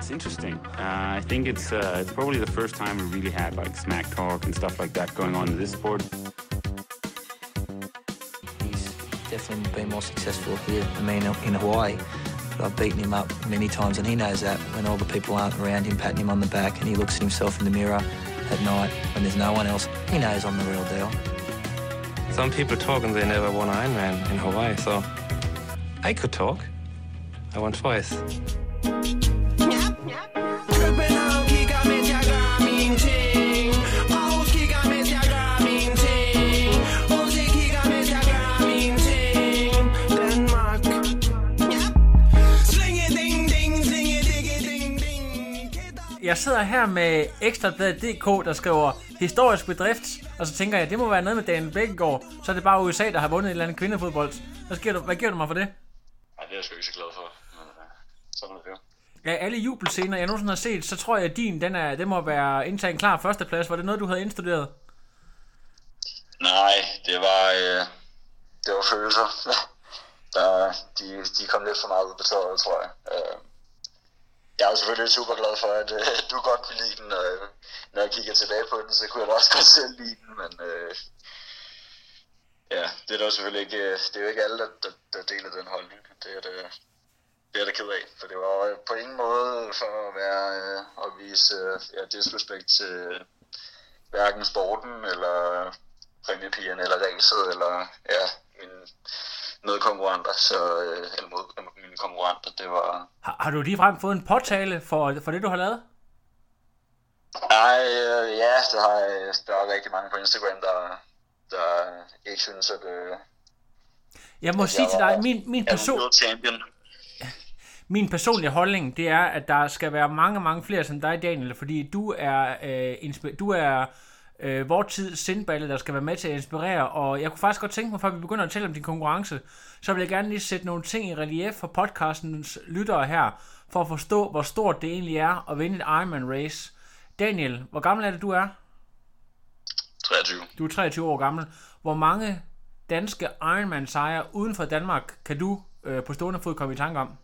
it's interesting. I think it's probably the first time we really had like smack talk and stuff like that going on in this sport. He's definitely been more successful here than me in Hawaii. But I've beaten him up many times, and he knows that when all the people aren't around him patting him on the back and he looks at himself in the mirror at night when there's no one else, he knows I'm the real deal. Some people talk and they never won Ironman in Hawaii, so I could talk. I won twice. Jeg sidder her med Ekstrabladet.dk, der skriver historisk bedrift, og så tænker jeg, det må være noget med Daniel Bækkegaard, så er det bare USA, der har vundet et eller andet kvindefodbold. Hvad giver du mig for det? Nej, det er jeg sgu ikke så glad for, men sådan er det jo. Ja, alle jubelscener, jeg nogensinde har set, så tror jeg, at det må være indtaget en klar førsteplads. Var det noget, du havde indstuderet? Nej, det var følelser. De kom lidt for meget ud på tøjet, tror jeg. Jeg er jo selvfølgelig super glad for, at du godt kunne lide den, og når jeg kigger tilbage på den, så kunne jeg da også godt selv lide den, men ja, det er da selvfølgelig ikke, det er jo ikke alle, der deler den holdning. Det er der ked af, for det var på ingen måde for at vise disrespekt til hverken sporten, eller præmiepigerne, eller racet, eller mine medkonkurrenter, eller mod mine konkurrenter, det var... Har du ligefrem fået en påtale for det, du har lavet? Nej, det har jeg. Der er rigtig mange på Instagram, der ikke synes, at... Jeg må sige til dig, min personlige holdning, det er, at der skal være mange, mange flere som dig, Daniel, fordi du er vores tids Sindballe, der skal være med til at inspirere, og jeg kunne faktisk godt tænke mig, før vi begynder at tale om din konkurrence, så vil jeg gerne lige sætte nogle ting i relief for podcastens lyttere her, for at forstå, hvor stort det egentlig er at vinde et Ironman race. Daniel, hvor gammel er det, du er? 23. Du er 23 år gammel. Hvor mange danske Ironman sejre uden for Danmark kan du på stående fod komme i tanke om?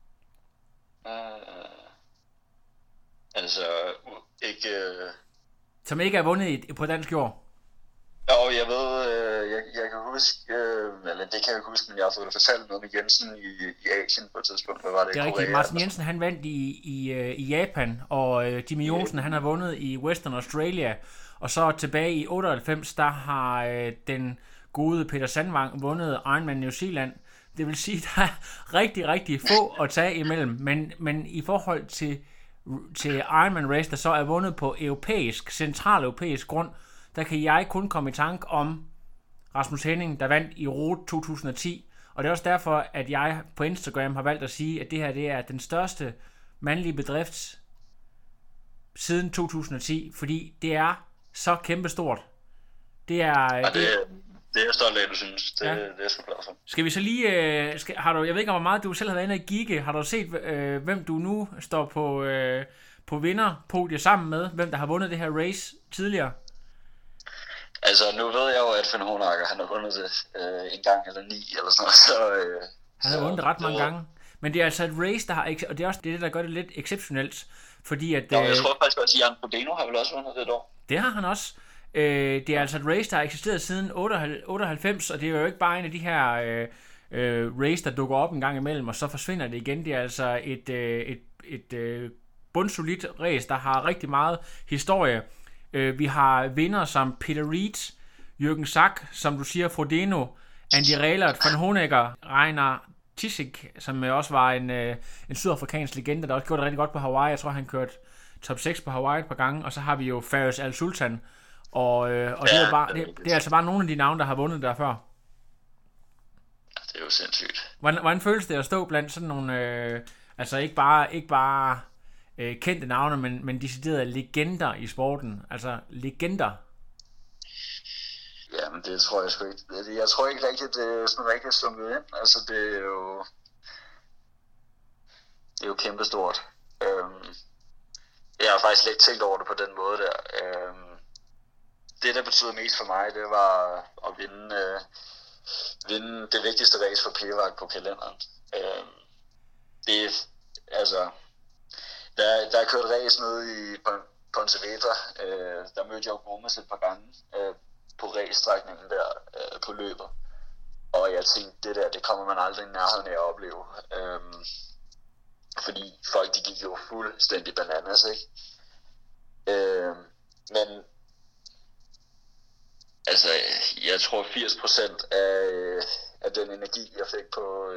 Ikke... Som ikke er vundet på dansk jord? Jo, jeg ved, jeg kan huske, eller det kan jeg huske, men jeg har fået det fortalt noget med Jensen i Asien på et tidspunkt. Hvad var det? Det er rigtigt. Martin Jensen, han vandt i Japan, og Jimmy Johnsen, han har vundet i Western Australia. Og så tilbage i 98, der har den gode Peter Sandvang vundet Ironman New Zealand. Det vil sige, der er rigtig, rigtig få at tage imellem. Men i forhold til Ironman Race, der så er vundet på centraleuropæisk grund, der kan jeg kun komme i tanke om Rasmus Henning, der vandt i Rot 2010. Og det er også derfor, at jeg på Instagram har valgt at sige, at det her det er den største mandlige bedrift siden 2010, fordi det er så kæmpestort. Det er... Det er jeg stolt af, du synes. Det er jeg sgu glad for. Skal vi så lige... jeg ved ikke, hvor meget du selv har været inde i Gigge. Har du set, hvem du nu står på vinderpodiet sammen med? Hvem der har vundet det her race tidligere? Altså, nu ved jeg jo, at Finn Honacker, han har vundet det en gang eller 9 eller sådan noget. Han har vundet ret mange gange. Men det er altså et race, der har... Og det er også det, der gør det lidt exceptionelt. Fordi at... jeg tror faktisk også, at Jan Bodeno har vel også vundet det et år. Det har han også. Det er altså et race, der har eksisteret siden 98, og det er jo ikke bare en af de her race, der dukker op en gang imellem, og så forsvinder det igen. Det er altså et bundsolidt race, der har rigtig meget historie. Vi har vinder som Peter Reed, Jürgen Sack, som du siger, Frodeno, Andy Rehlert, Van Honecker, Reiner Tisik, som også var en sydafrikansk legende, der også gjorde det rigtig godt på Hawaii. Jeg tror, han kørte top 6 på Hawaii et par gange, og så har vi jo Fares Al Sultan, og det er altså bare nogle af de navne, der har vundet der før. Det er jo sindssygt. Hvordan føles det at stå blandt sådan nogle, altså ikke bare kendte navne, men deciderede legender i sporten, altså legender? Jamen det tror jeg sgu ikke. Jeg tror ikke rigtigt, det er sådan rigtig slummet ind. Altså det er jo kæmpestort. Jeg har faktisk slet ikke tænkt over det på den måde der. Det, der betyder mest for mig, det var at vinde det vigtigste race for Pivak på kalenderen. Der er kørt race nede i Pontevedra. Der mødte jeg jo Gomes et par gange på race-strækningen der på løbet. Og jeg tænkte, det kommer man aldrig i nærheden af at opleve. Fordi folk, de gik jo fuldstændig bananas, ikke? Men altså, jeg tror 80% af den energi, jeg fik på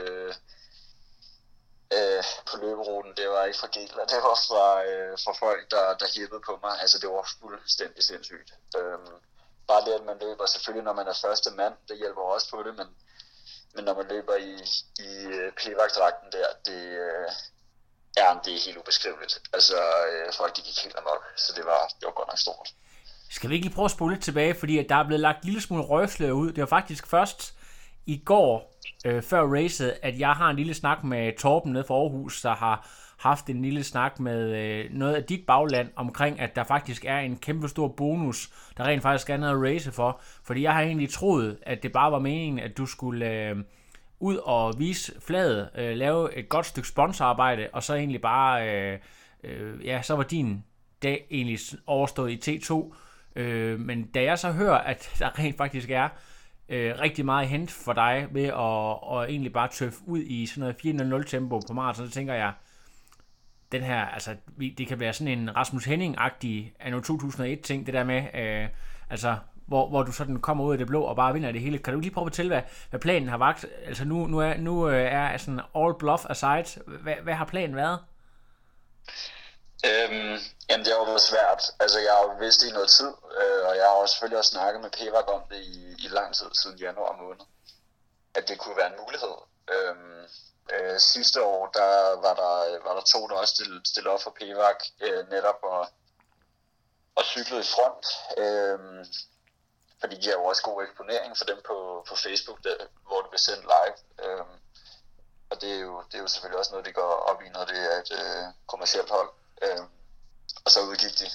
løberuten, det var ikke fra Gela, det var fra folk, der hippede på mig. Altså, det var fuldstændig sindssygt. Bare det, at man løber, selvfølgelig når man er første mand, det hjælper også på det, men når man løber i p-vagtdragten der, det er helt ubeskriveligt. Altså, folk de gik helt amok, så det var godt nok stort. Skal vi ikke lige prøve at spole lidt tilbage, fordi at der er blevet lagt en lille smule røgslør ud. Det var faktisk først i går, før racet, at jeg har en lille snak med Torben nede fra Aarhus, der har haft en lille snak med noget af dit bagland omkring, at der faktisk er en kæmpe stor bonus, der rent faktisk er noget at race for. Fordi jeg har egentlig troet, at det bare var meningen, at du skulle ud og vise flaget, lave et godt stykke sponsorarbejde, og så egentlig bare, så var din dag egentlig overstået i T2. Men da jeg så hører, at der rent faktisk er rigtig meget hent for dig ved at egentlig bare tøffe ud i sådan noget 4.00 tempo på maraton, så tænker jeg, den her, altså, det kan være sådan en Rasmus Henning-agtig anno 2001 ting, det der med, altså, hvor du sådan kommer ud af det blå og bare vinder det hele. Kan du lige prøve at fortælle, hvad planen har været? Altså, nu er sådan all bluff aside, hvad har planen været? Jamen, det har jo været svært. Altså, jeg har jo vidst det i noget tid, og jeg har også selvfølgelig også snakket med P-vagt om det i lang tid, siden januar måned, at det kunne være en mulighed. Sidste år, der var der to, der også stillede op for P-vagt, netop og cyklede i front, fordi de har jo også god eksponering for dem på Facebook, hvor det bliver sendt live. Og det er jo selvfølgelig også noget, de går op i, når det er et kommercielt hold. Og så udgik de.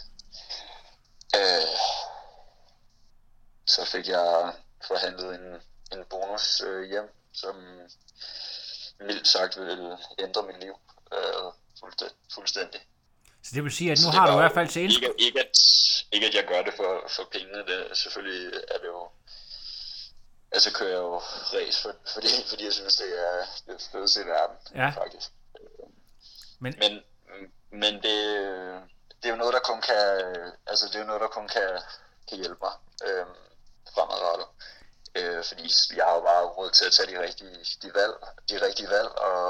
Så fik jeg forhandlet en bonus hjem, som mildt sagt vil ændre mit liv fuldstændig. Så det vil sige, at nu har du i hvert fald til ikke at jeg gør det for pengene. Det, selvfølgelig er det jo... Altså kører jeg jo race, fordi jeg synes, det er det fedeste i verden, faktisk. Men det er jo noget, der kun kan... Altså, det er jo noget, der kun kan hjælpe mig fremadrettet. Fordi jeg har jo bare råd til at tage de rigtige valg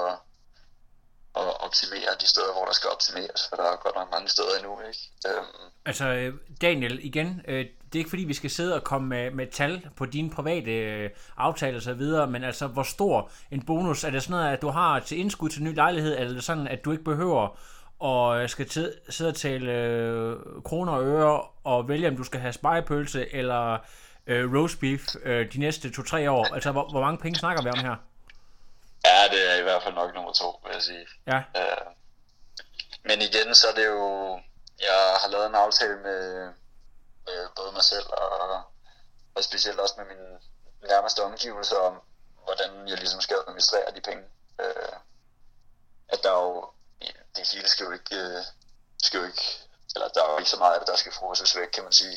og optimere de steder, hvor der skal optimeres, for der er godt nok mange steder endnu, ikke? Altså, Daniel, igen, det er ikke fordi, vi skal sidde og komme med tal på dine private aftaler og så videre, men altså, hvor stor en bonus, er det sådan noget, at du har til indskud til ny lejlighed, eller er det sådan, at du ikke behøver og skal sidde og tale kroner og øre og vælge, om du skal have spegepølse eller roast beef de næste 2-3 år? Altså, hvor mange penge snakker vi om her? Ja, det er i hvert fald nok nummer 2, vil jeg sige. Ja. Men igen, så er det jo... Jeg har lavet en aftale med både mig selv og specielt også med mine nærmeste omgivelser om, hvordan jeg ligesom skal administrere de penge. At der jo... Det hele skal jo ikke... Eller der er jo ikke så meget af det, der skal froses væk, kan man sige.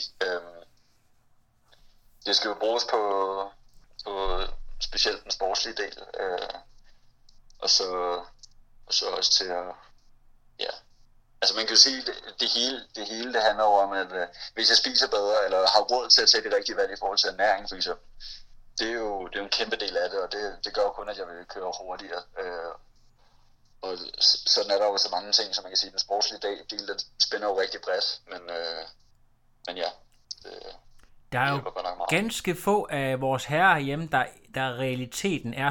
Det skal jo bruges på specielt den sportslige del. Og så også til at... Ja. Altså man kan jo sige, det hele det handler om, at hvis jeg spiser bedre, eller har råd til at tage det rigtige valg i forhold til ernæring, for eksempel. Det er jo en kæmpe del af det, og det gør jo kun, at jeg vil køre hurtigere. Og sådan er der jo så mange ting, som man kan sige, den sportslige del, den spænder jo rigtig bredt, men ja. Der er jo ganske få af vores herrer herhjemme, der realiteten er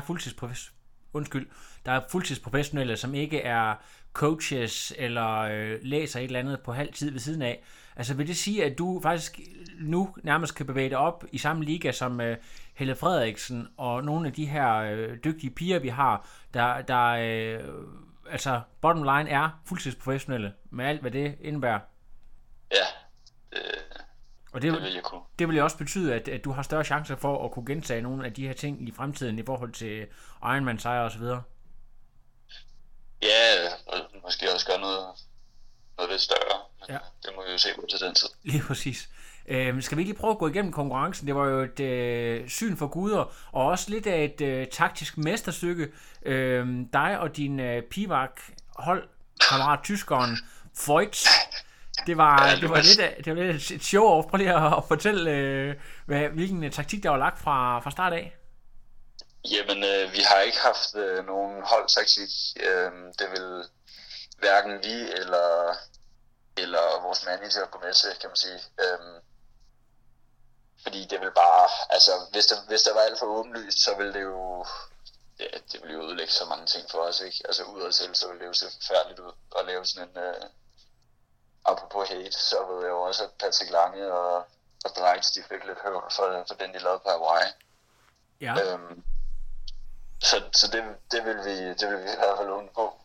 fuldtidsprofessionelle, som ikke er coaches eller læser et eller andet på halv tid ved siden af. Altså vil det sige, at du faktisk nu nærmest kan bevæge dig op i samme liga som Helle Frederiksen og nogle af de her dygtige piger, vi har, der altså bottom line er fuldtidsprofessionelle med alt, hvad det indebærer? Ja, og det vil jo også betyde, at du har større chancer for at kunne gentage nogle af de her ting i fremtiden i forhold til Ironman sejre og så videre. Ja, og måske også gøre noget lidt større. Men Ja. det må vi jo se på til den tid. Lige præcis. Skal vi lige prøve at gå igennem konkurrencen? Det var jo et syn for guder, og også lidt af et taktisk mesterstykke. Dig og din Pivak holdkammerat, tyskeren Voigt. Det var lidt et show. Prøv lige at fortælle, hvilken taktik der var lagt fra start af. Jamen, vi har ikke haft nogen holdtaktik. Det vil hverken vi eller vores manager gå med til, kan man sige. Fordi det vil bare, altså hvis der var alt for åbenlyst, så ville det jo, ja, det ville jo ødelægge så mange ting for os, ikke? Altså udadtil, så ville det jo se forfærdeligt ud at lave sådan en, apropos hate, så ved jeg jo også, at Patrick Lange og Dreitz, de fik lidt høvl for den, de lavede på Hawaii. Ja. Så det vil vi i hvert fald undgå.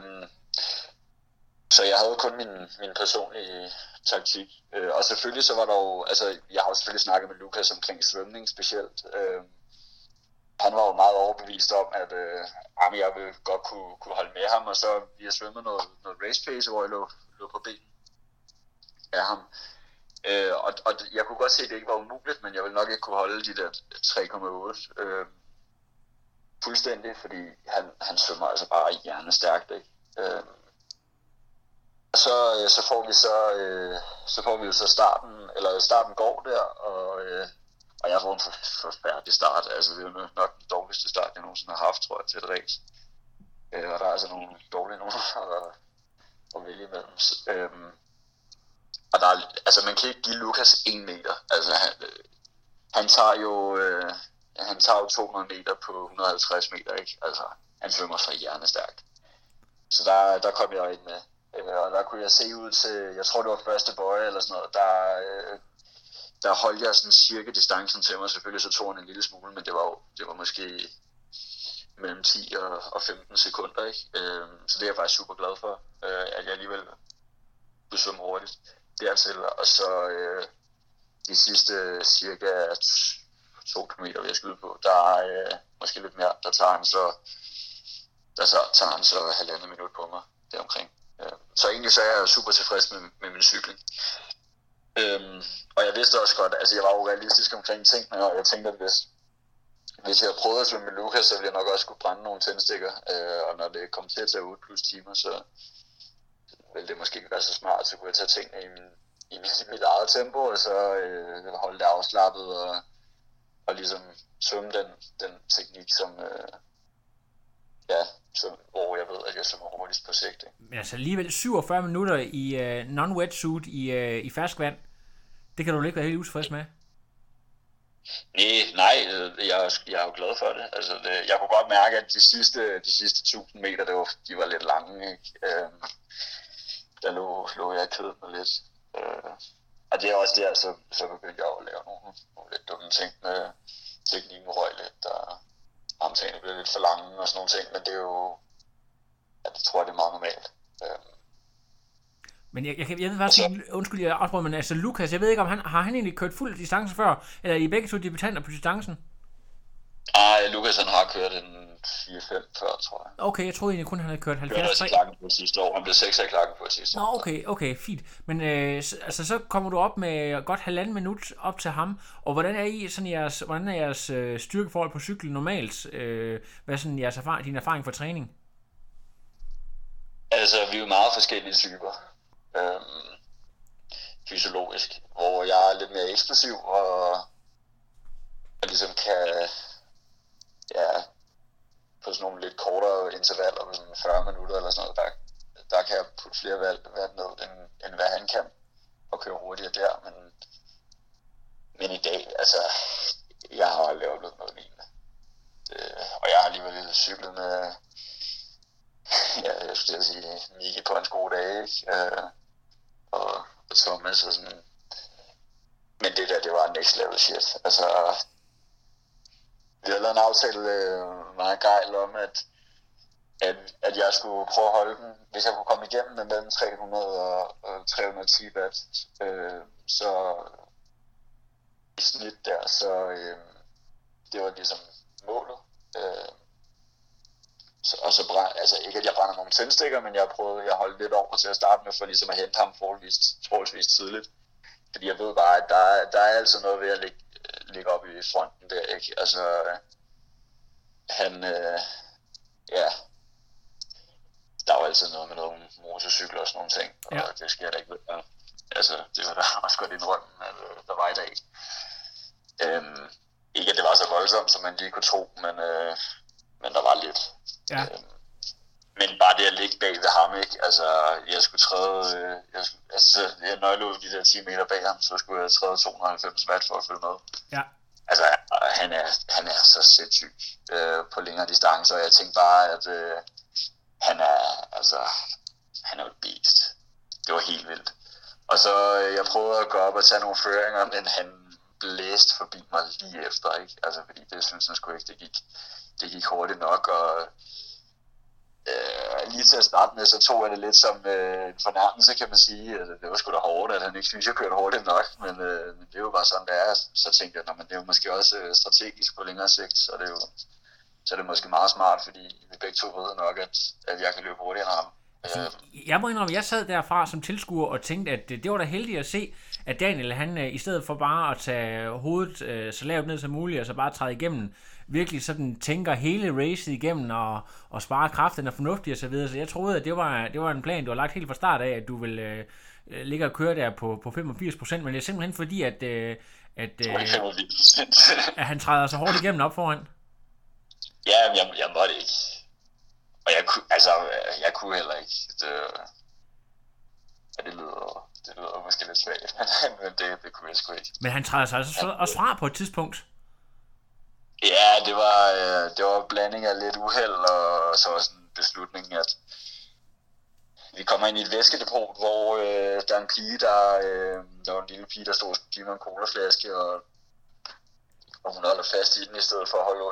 Så jeg havde kun min personlige taktik. Og selvfølgelig så var der jo, altså jeg har jo selvfølgelig snakket med Lukas omkring svømning specielt. Han var jo meget overbevist om, at jeg ville godt kunne holde med ham, og så vi har svømmet noget race pace, hvor jeg lå på benen af ham. Og jeg kunne godt se, at det ikke var umuligt, men jeg ville nok ikke kunne holde de der 3,8 fuldstændig, fordi han svømmer altså bare hjernestærkt, ikke? Så får vi jo så starten går der, og jeg får en forfærdelig start. Altså det er jo nok den dårligste start, jeg nogensinde har haft, tror jeg, til et race. Og der er altså nogle dårlige nogen at vælge imellem. Og der er, altså man kan ikke give Lukas 1 meter. Altså han tager jo 200 meter på 150 meter, ikke? Altså han svømmer så hjernestærkt. Så der kom jeg ind med. Og der kunne jeg se ud til, jeg tror det var første bøje eller sådan noget, der holdt jeg sådan cirka distancen til mig. Selvfølgelig så tog han en lille smule, men det var måske mellem 10 og 15 sekunder, ikke? Så det er jeg faktisk super glad for, at jeg alligevel kunne svømme hurtigt dertil. Og så de sidste cirka 2 kilometer vil jeg skyde på, der er måske lidt mere, der tager han så 1,5 minut på mig deromkring. Så egentlig så er jeg super tilfreds med min cykling. Og jeg vidste også godt, altså jeg var jo realistisk omkring tingene, og jeg tænkte, at hvis jeg prøvede at svømme med Lukas, så ville jeg nok også kunne brænde nogle tændstikker. Og når det kom til at tage 8+ timer, så ville det måske ikke være så smart, så kunne jeg tage tingene i mit eget tempo, og så holde det afslappet og ligesom svømme den teknik, som hvor jeg ved, at jeg svømmer hurtigst på sigt. Men altså alligevel 47 minutter i non-wetsuit i ferskvand, det kan du ikke være helt utilfreds med? Nej, jeg er jo glad for det. Altså jeg kunne godt mærke, at de sidste 1000 meter, de var lidt lange, ikke? Der lå jeg kødet med lidt. Og det er også der, så begyndte jeg at lave nogle lidt dumme ting med teknikken røg lidt, og armtagene blev lidt for lange og sådan nogle ting, men det er jo, det tror jeg, det er meget normalt. Men jeg ved faktisk, undskyld, jeg afbryder, men altså Lukas, jeg ved ikke, om har han egentlig kørt fuld distance før, eller er I begge to debutanter på distancen? Nej, Lukas han har kørt en 4-5 før, tror jeg. Okay, jeg troede egentlig kun, han havde kørt 70. Han blev 6 på sidste år, han blev 6 af klakken på sidste år. Nå, okay, fint. Men altså, så kommer du op med godt 1,5 minut op til ham, og hvordan er jeres styrkeforhold på cyklen normalt? Hvad er sådan din erfaring for træning? Altså, vi er jo meget forskellige typer. Fysiologisk, hvor jeg er lidt mere eksplosiv og ligesom kan på sådan nogle lidt kortere intervaller på sådan 40 minutter eller sådan noget, der kan jeg putte flere vand ned, end hvad han kan, og køre hurtigere der, men i dag, altså, jeg har aldrig oplevet noget lignende. Og jeg har alligevel cyklet med, jeg skulle sige, Miki på hans gode dage, ikke? Og Thomas og sådan. Men det der, det var next level shit. Altså, vi havde lavet en aftale meget gejl om, at jeg skulle prøve at holde den, hvis jeg kunne komme igennem med mellem 300 og 310 watt. Så i snit der, så det var ligesom målet. altså ikke at jeg brænder nogle tændstikker, men jeg holdt lidt over til at starte med, for ligesom at hente ham forholdsvis tidligt. Fordi jeg ved bare, at der er altid noget ved at ligge op i fronten der, ikke? Altså, han, der var altid noget med nogle motorcykler og sådan nogle ting, og det sker da ikke ved. Altså, det var der også godt indrømme, at der var i dag. Ikke at det var så voldsomt, som man lige kunne tro, men der var lidt. Ja. Men bare det at ligge bag ved ham, ikke? Altså, jeg skulle træde, når jeg lå de der 10 meter bag ham, så skulle jeg træde 290 watt for at følge med. Ja. Altså, han er så sindssyg på længere distancer, og jeg tænkte bare, at han er jo et beast. Det var helt vildt. Og så jeg prøvede at gå op og tage nogle føringer, men han blæste forbi mig lige efter, ikke? Altså, fordi det synes jeg sgu ikke, det gik hurtigt nok, og lige til at starte med, så tog jeg det lidt som en fornærmelse, kan man sige. Altså, det var sgu da hårdt, at han ikke synes, jeg kørte hurtigt nok, men det er jo bare sådan, det er. Så tænkte jeg, det er jo måske også strategisk på længere sigt, så er det måske meget smart, fordi vi begge to ved nok, at jeg kan løbe hurtigere end ham. Jeg må indrømme, jeg sad derfra som tilskuer og tænkte, at det var da heldigt at se, at Daniel, han i stedet for bare at tage hovedet så lavt ned som muligt, og så bare træde igennem, virkelig sådan tænker hele racet igennem og spare kraften og fornuftigt og så videre. Så jeg troede, at det var en plan, du har lagt helt fra start af, at du vil ligge og køre der på 85%, men det er simpelthen fordi, at han træder så hårdt igennem op foran. Ja, jeg måtte ikke. Og jeg kunne heller ikke. Det lyder måske lidt svagt, men det kunne jeg sgu ikke. Men han træder sig altså også fra på et tidspunkt? Ja, det var en blanding af lidt uheld, og så også en beslutning, at vi kommer ind i et væskedepot, hvor der er en pige, der var en lille pige, der stod og skulle give mig en colaflaske, og hun holder fast i den, i stedet for at holde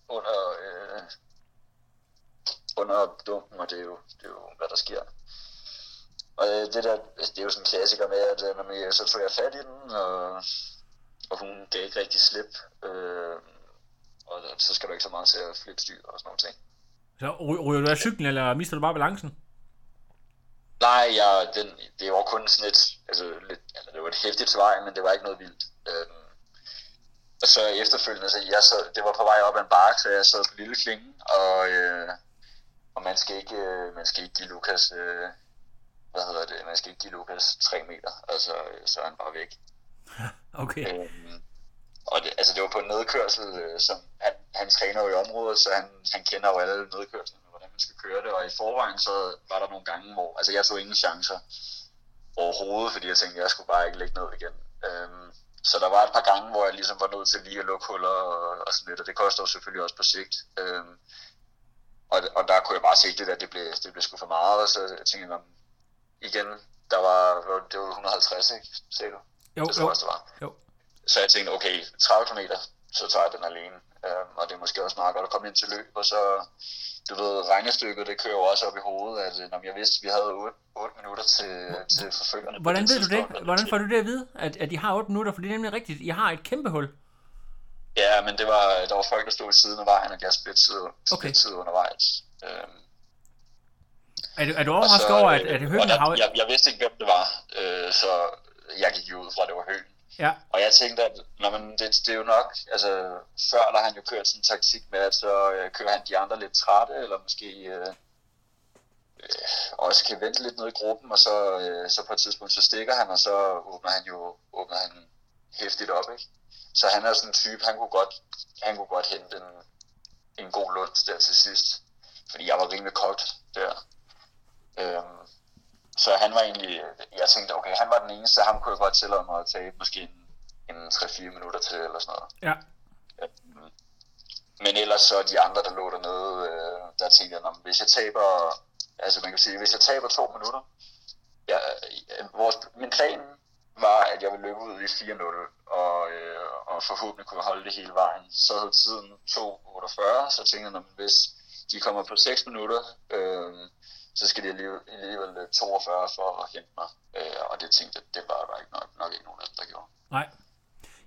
under dunken, og det er jo hvad der sker. Og det er jo sådan en klassiker med, at så tog jeg fat i den, og hun gav ikke rigtig slip, og så skal du ikke så meget til at flippe styr og sådan nogle ting. Så ryger du af cyklen, eller mister du bare balancen? Nej, det var kun sådan det var et hæftigt svej, men det var ikke noget vildt. Og så efterfølgende, det var på vej op ad en bakke, så jeg sad på lille klingen, og man skal ikke give Lukas, man skal ikke give Lukas 3 meter, altså så er han bare væk. Okay. Og det var på en nedkørsel, som han træner jo i området, så han kender jo alle nedkørslerne, hvordan man skal køre det, og i forvejen så var der nogle gange, hvor jeg tog ingen chancer overhovedet, fordi jeg tænkte, jeg skulle bare ikke lægge ned igen. Så der var et par gange, hvor jeg ligesom var nødt til lige at lukke huller og sådan lidt, og det koster jo selvfølgelig også på sigt. Og der kunne jeg bare se det der, det blev sgu for meget, og så tænkte jeg, igen, det var 150, ikke? Ser du? Jo, det tror jeg, det var. Så jeg tænkte, okay, 30 km, så tager jeg den alene. Og det er måske også meget godt at komme ind til løb, og så, du ved, regnestykket, det kører jo også op i hovedet, at når jeg vidste, at vi havde 8 minutter til forfølgerne. Hvordan ved du det? Hvordan får du det at vide, at de har 8 minutter? For det er nemlig rigtigt, I har et kæmpe hul. Ja, men der var folk, der stod ved siden af vejen, og jeg splittede undervejs. Er du overrasket over, at Høgen har... Jeg vidste ikke, hvem det var, så jeg gik jo ud fra, at det var Høgen. Ja. Og jeg tænkte, at det er jo nok, altså før der han jo kørt sådan en taktik med, at så kører han de andre lidt trætte, eller måske også kan vente lidt ned i gruppen, og så på et tidspunkt så stikker han, og så åbner han hæftigt op, ikke? Så han er sådan en type, han kunne godt hente en god lunds der til sidst, fordi jeg var rimelig kogt der. Så han var egentlig, jeg tænkte, okay, han var den eneste, ham kunne jeg godt tillade mig at tage måske en 3-4 minutter til, eller sådan noget. Ja. Men ellers så de andre, der lå dernede, der tænkte jeg, hvis jeg taber, altså man kan sige, hvis jeg taber 2 minutter, min plan var, at jeg ville løbe ud i 4-0, og forhåbentlig kunne holde det hele vejen. Så havde tiden 2:48, så tænkte jeg, hvis de kommer på 6 minutter, så skal de alligevel 42 for at hente mig. Og det tænkte jeg, det var der ikke nok ikke nogen af dem, der gjorde. Nej.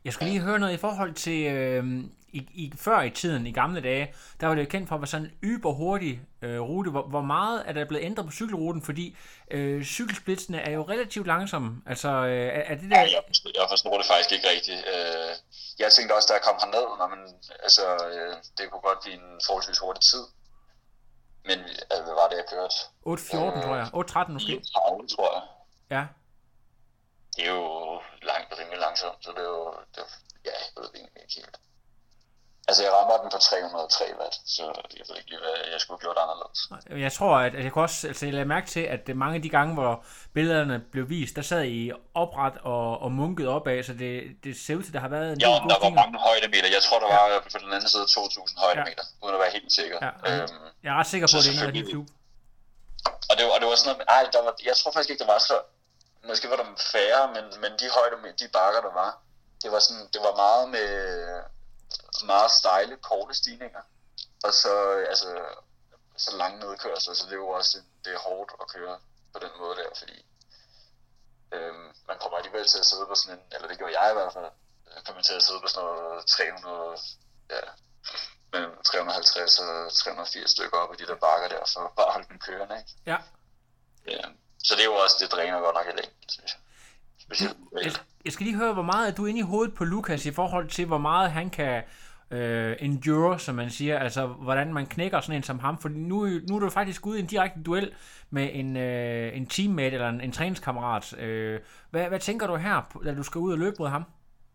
Jeg skal lige høre noget i forhold til, før i tiden, i gamle dage, der var det jo kendt for at være sådan en yberhurtig rute. Hvor meget er der blevet ændret på cykelruten, fordi cykelsplitsene er jo relativt langsomme. Altså, er det der... Ja, jeg forstår det faktisk ikke rigtigt. Jeg tænkte også, da jeg kom herned, det kunne godt blive en forholdsvis hurtig tid. Men hvad var det, jeg kørte? 8.14, tror jeg. 8.13 måske. 8.30, tror jeg. Ja. Det er jo rimelig langsomt, så det er jo jeg ved ikke helt. Altså, jeg rammer den på 303 watt, så jeg ved ikke lige, hvad jeg skulle have gjort anderledes. Jeg tror, at jeg kunne også, jeg lagde mærke til, at mange af de gange, hvor billederne blev vist, der sad I opret og munkede opad, så det ser ud til, at der har været en del der var mange højdemeter. Jeg tror, der var på den anden side 2.000 højdemeter, uden at være helt sikker. Ja. Jeg er ret sikker på, at det er noget af klub. Og det var sådan noget, jeg tror faktisk ikke, der var så... Måske var der færre, men de højdemeter, de bakker, der var, det var meget med... meget stejle, korte stigninger, og så lange nedkørsler, så det er jo også det er hårdt at køre på den måde der, fordi man kommer alligevel til at sidde på sådan en, eller det gjorde jeg i hvert fald, kommer til at sidde på sådan noget 300, mellem 350 og 380 stykker op af de der bakker der, for bare at holde den kørende, ikke? Ja. Så det er jo også, det dræner godt nok i længden, synes jeg. Specielt. Jeg skal lige høre, hvor meget er du inde i hovedet på Lukas i forhold til, hvor meget han kan endure, som man siger, altså hvordan man knækker sådan en som ham, for nu er du faktisk ude i en direkte duel med en teammate eller en træningskammerat. Hvad tænker du her, da du skal ud og løbe mod ham?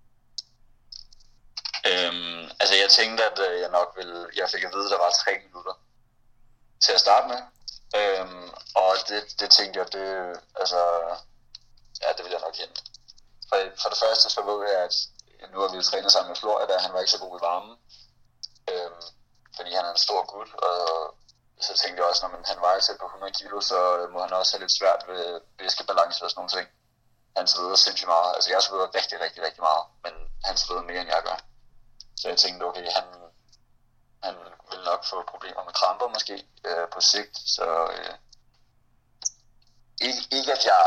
Altså jeg tænkte, at jeg fik at vide, at der var 3 minutter til at starte med, og det tænkte jeg, det vil jeg nok hente. For det første så ved jeg, at nu har vi jo trænet sammen med Florida, han var ikke så god i varmen, fordi han er en stor gut, og så tænkte jeg også, når han vejer til på 100 kilo, så må han også have lidt svært ved væskebalance og sådan nogle ting. Han sveder sindssygt meget, altså jeg sveder rigtig, rigtig, rigtig meget, men han sveder mere, end jeg gør. Så jeg tænkte, okay, han vil nok få problemer med kramper måske på sigt, så ikke at jeg,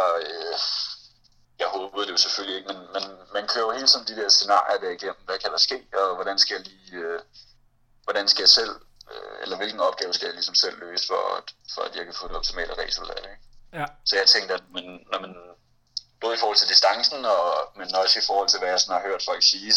jeg håber det jo selvfølgelig ikke, men man kører jo hele tiden de der scenarier der igennem, hvad kan der ske, og hvordan skal jeg selv, eller hvilken opgave skal jeg ligesom selv løse, for at jeg kan få det optimale resultat, ikke? Ja. Så jeg tænkte, at når man både i forhold til distancen, men også i forhold til, hvad jeg sådan har hørt folk sige,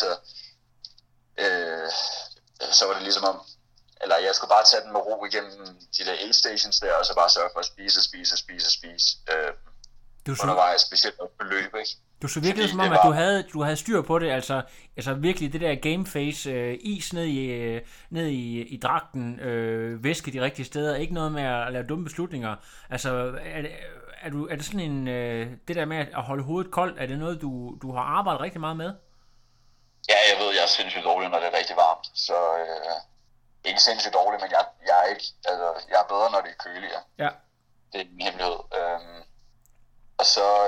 så var det ligesom om, eller jeg skulle bare tage den med ro igennem de der aid stations der, og så bare sørge for at spise. Undervejs specielt på løb, ikke? Du så virkelig som om, at du havde styr på det, altså virkelig det der game face, is ned i dragten, væske de rigtige steder, ikke noget med at lave dumme beslutninger. Altså, er det sådan en, det der med at holde hovedet koldt, er det noget, du har arbejdet rigtig meget med? Ja, jeg ved, jeg er sindssygt dårlig, når det er rigtig varmt, så ikke sindssygt dårlig, men jeg er ikke, jeg er bedre, når det er køligere. Ja. Det er en hemmelighed. Og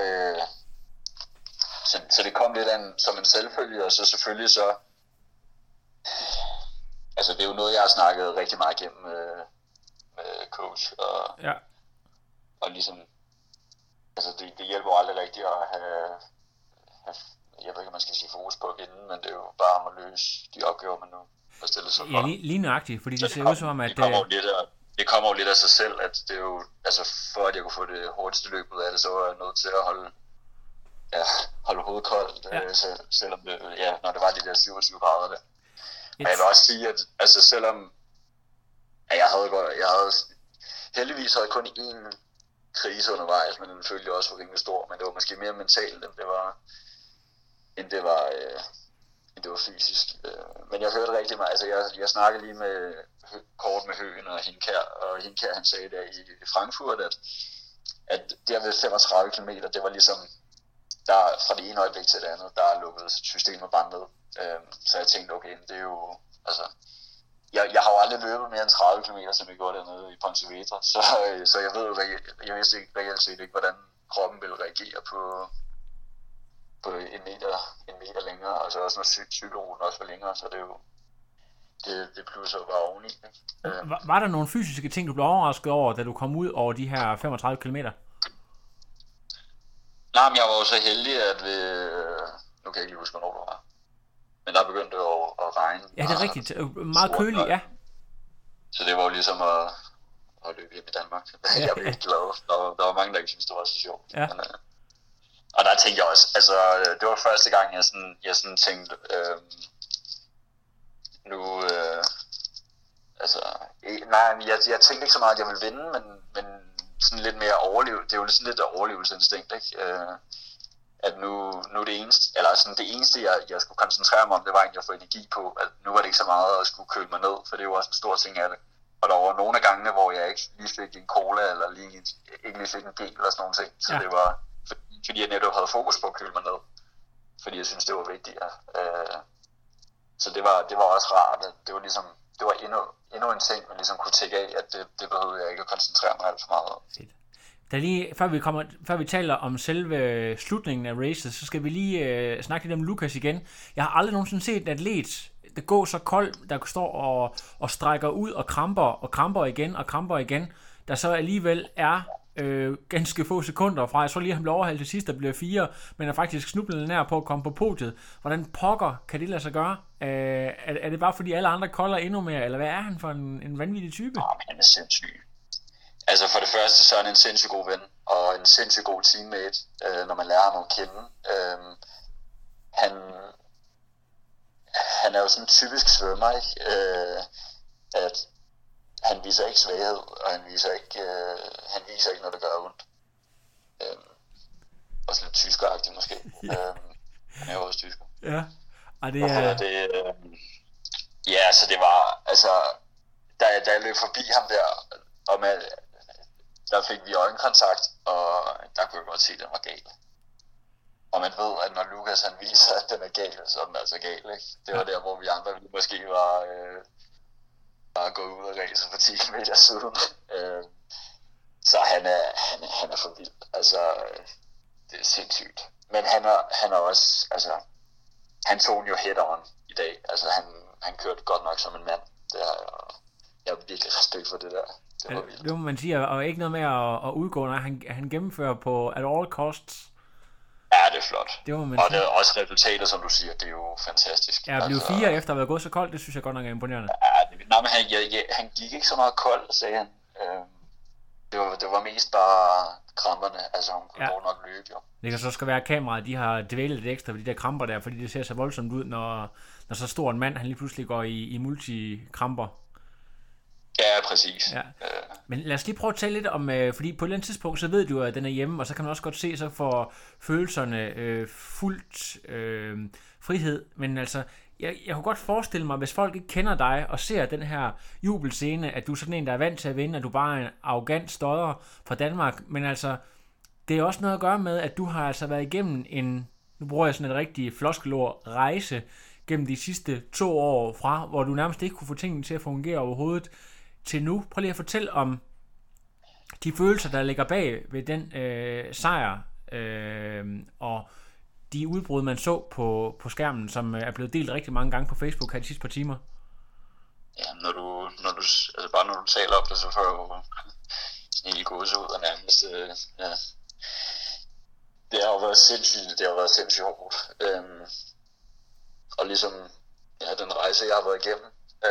så det kom lidt som en selvfølge, og så selvfølgelig så, altså det er jo noget, jeg har snakket rigtig meget igennem med coach, og ligesom, altså det hjælper jo aldrig rigtigt at have, jeg ved ikke, om man skal sige fokus på at vinde, men det er jo bare om at løse de opgaver, man nu har stillet sig for. Ja, lige nøjagtigt, fordi det ser ud som om, at det kommer jo lidt af sig selv, at det er jo, altså for at jeg kunne få det hurtigste løb ud af det, så var jeg nødt til at holde hovedet koldt, selvom det, når det var de der 27 grader der. Og jeg vil også sige, at altså selvom jeg havde heldigvis havde kun én krise undervejs, men den følte også var rimelig stor, men det var måske mere mentalt, end det var fysisk. Men jeg hørte rigtig meget, altså jeg snakkede lige med kort med Høen og Hinkær, han sagde der i Frankfurt, at der ved 35 km, det var ligesom, der fra det ene øjeblik til det andet, der lukkede systemet bare ned. Så jeg tænkte, okay, det er jo, altså, jeg har jo aldrig løbet mere end 30 km, som jeg gjorde dernede i Pontevedra, så jeg ved jo, jeg vidste ikke reelt set ikke, hvordan kroppen ville reagere på en meter længere, og så også når cykelruten også var længere, så det er jo, det plusser jo bare oveni. Var der nogle fysiske ting, du blev overrasket over, da du kom ud over de her 35 km? Nej, men jeg var jo så heldig, at nu kan jeg ikke lige huske, hvornår det var. Men der begyndte det at regne. Ja, det er rigtigt. Meget køligt, ja. Så det var jo ligesom at løbe hjem i Danmark. Jeg blev ikke glad. Der var mange, der ikke syntes, det var så sjovt. Ja. Men, og der tænkte jeg også, altså det var første gang, jeg sådan tænkte, jeg tænkte ikke så meget, at jeg ville vinde, men sådan lidt mere overleve. Det er jo sådan lidt overlevelsesinstinkt, ikke? At nu det eneste, eller sådan det eneste, jeg skulle koncentrere mig om, det var egentlig at få energi på, at nu var det ikke så meget at skulle køle mig ned, for det er jo også en stor ting af det. Og der var nogle af gangene, hvor jeg ikke lige fik en cola, eller ikke lige fik en gel, eller sådan nogle ting. Så det var, fordi jeg netop havde fokus på at køle mig ned. Fordi jeg synes det var vigtigere. Så det var også rart, at det var ligesom, det var endnu en ting, man ligesom kunne tække af, at det behøvede jeg ikke at koncentrere mig alt for meget om. Da lige, før vi taler om selve slutningen af racet, så skal vi lige snakke lidt om Lucas igen. Jeg har aldrig nogensinde set en atlet, der går så koldt, der står og strækker ud og kramper igen, der så alligevel er ganske få sekunder fra. Jeg tror lige, han blev overhalet til sidst, der blev 4, men er faktisk snublende nær på at komme på podiet. Hvordan pokker kan det lade sig gøre? Er det bare fordi alle andre kolder endnu mere, eller hvad er han for en vanvittig type? Men han er sindssyg. Altså for det første, så er han en sindssygt god ven, og en sindssygt god teammate, når man lærer ham at kende. Han er jo sådan en typisk svømmer, ikke? At han viser ikke svaghed, og han viser ikke, når det gør ondt. Også lidt tyskeragtigt måske. Han er jo også tysker. Ja, og det er... så det var, altså, da jeg løb forbi ham der, og der fik vi øjenkontakt, og der kunne jeg godt se, at den var gal. Og man ved, at når Lucas han viser, at den er gal, så er den altså gal, ikke? Det var der, hvor vi andre måske var gået ud og race for 10 km siden. Så han er for vild. Altså, det er sindssygt. Men han er også, altså, han tog den jo head on i dag. Altså, han kørte godt nok som en mand. Jeg har virkelig respekt for det der. Det var vildt. Det må man sige, og ikke noget med at udgå, når han gennemfører på at all costs. Ja, det er flot. Det må man og sige. det er også resultater, som du siger, det er jo fantastisk. Ja, at blive 4 efter at være gået så koldt, det synes jeg godt nok er imponerende. Ja, men han gik ikke så meget kold, sagde han. Det var mest bare kramperne, altså hun kunne godt nok løbe jo. Det kan så skal være kameraet, de har dvælet lidt ekstra ved de der kramper der, fordi det ser så voldsomt ud, når så stor en mand, han lige pludselig går i multikramper. Ja, præcis. Ja. Men lad os lige prøve at tale lidt om, fordi på et eller andet tidspunkt, så ved du, at den er hjemme, og så kan man også godt se, så får følelserne fuldt frihed. Men altså, jeg kunne godt forestille mig, hvis folk ikke kender dig, og ser den her jubelscene, at du er sådan en, der er vant til at vinde, at du bare er en arrogant stodder fra Danmark. Men altså, det er også noget at gøre med, at du har altså været igennem nu bruger jeg sådan et rigtig floskelord, rejse, gennem de sidste 2 år fra, hvor du nærmest ikke kunne få tingene til at fungere overhovedet, til nu. Prøv lige at fortælle om de følelser, der ligger bag ved den sejr, og de udbrud, man så på skærmen, som er blevet delt rigtig mange gange på Facebook her de sidste par timer. Ja, når du bare når du taler op det, så får jeg jo sådan helt gås ud og nærmest, det har jo været sindssygt hårdt. Og ligesom den rejse, jeg har været igennem,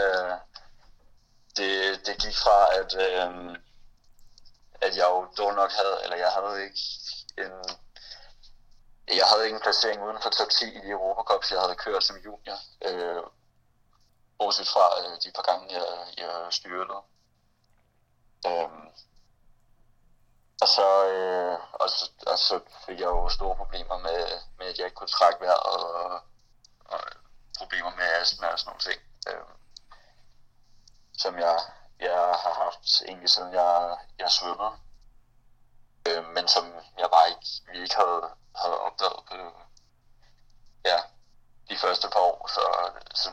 det gik fra, at jeg jo dog nok jeg havde ikke en placering uden for top 10 i de Europacups, jeg havde kørt som junior. Bortset fra de par gange, jeg styrtede. Og så fik jeg jo store problemer med at jeg ikke kunne trække vejret, og problemer med astma og sådan nogle ting. Som jeg har haft egentlig siden jeg svømmede. Men som jeg bare ikke havde opdaget på de første par år. Så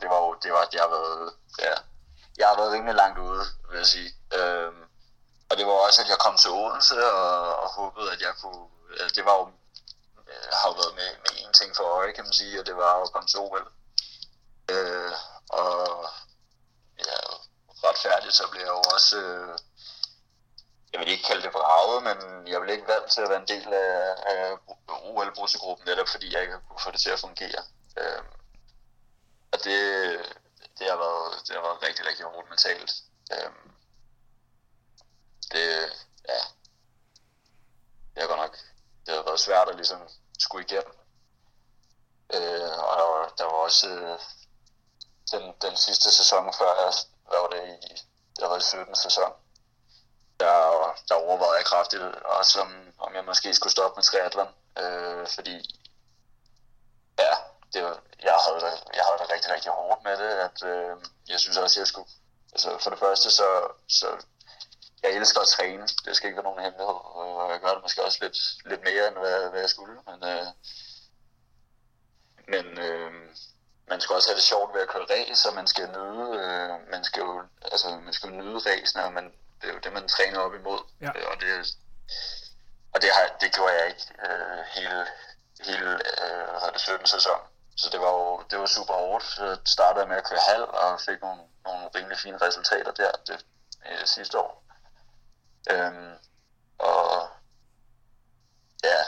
jeg har været rimelig langt ude, vil jeg sige. Og det var også, at jeg kom til Odense og håbede, at jeg kunne... Det var jo... Jeg har jo været med én ting for øje, kan man sige, og det var jo at komme til OL. Og retfærdigt, så blev jeg jo også jeg vil ikke kalde det vraget, men jeg vil ikke valgt til at være en del af OL-brussegruppen, netop fordi jeg ikke kunne få det til at fungere. Og det har været rigtig, rigtig hårdt mentalt. Det har godt nok, det har været svært at ligesom skulle igennem. Og der var også den sidste sæson før, det har været 17. sæson. Der overvejede jeg kraftigt også, om jeg måske skulle stoppe med triathlon, fordi jeg havde det rigtig, rigtig hårdt med det, at jeg synes også, at jeg skulle, altså for det første, så jeg elsker at træne, det skal ikke være nogen hemmelighed, og jeg gør det måske også lidt mere, end hvad jeg skulle, men man skal også have det sjovt ved at køre race, og man skal jo nyde racene, men det er jo det, man træner op imod, og det gjorde jeg ikke hele 17. sæson. Så det var super hårdt. Så startede jeg med at køre halv og fik nogle rimelig fine resultater der sidste år. Og ja,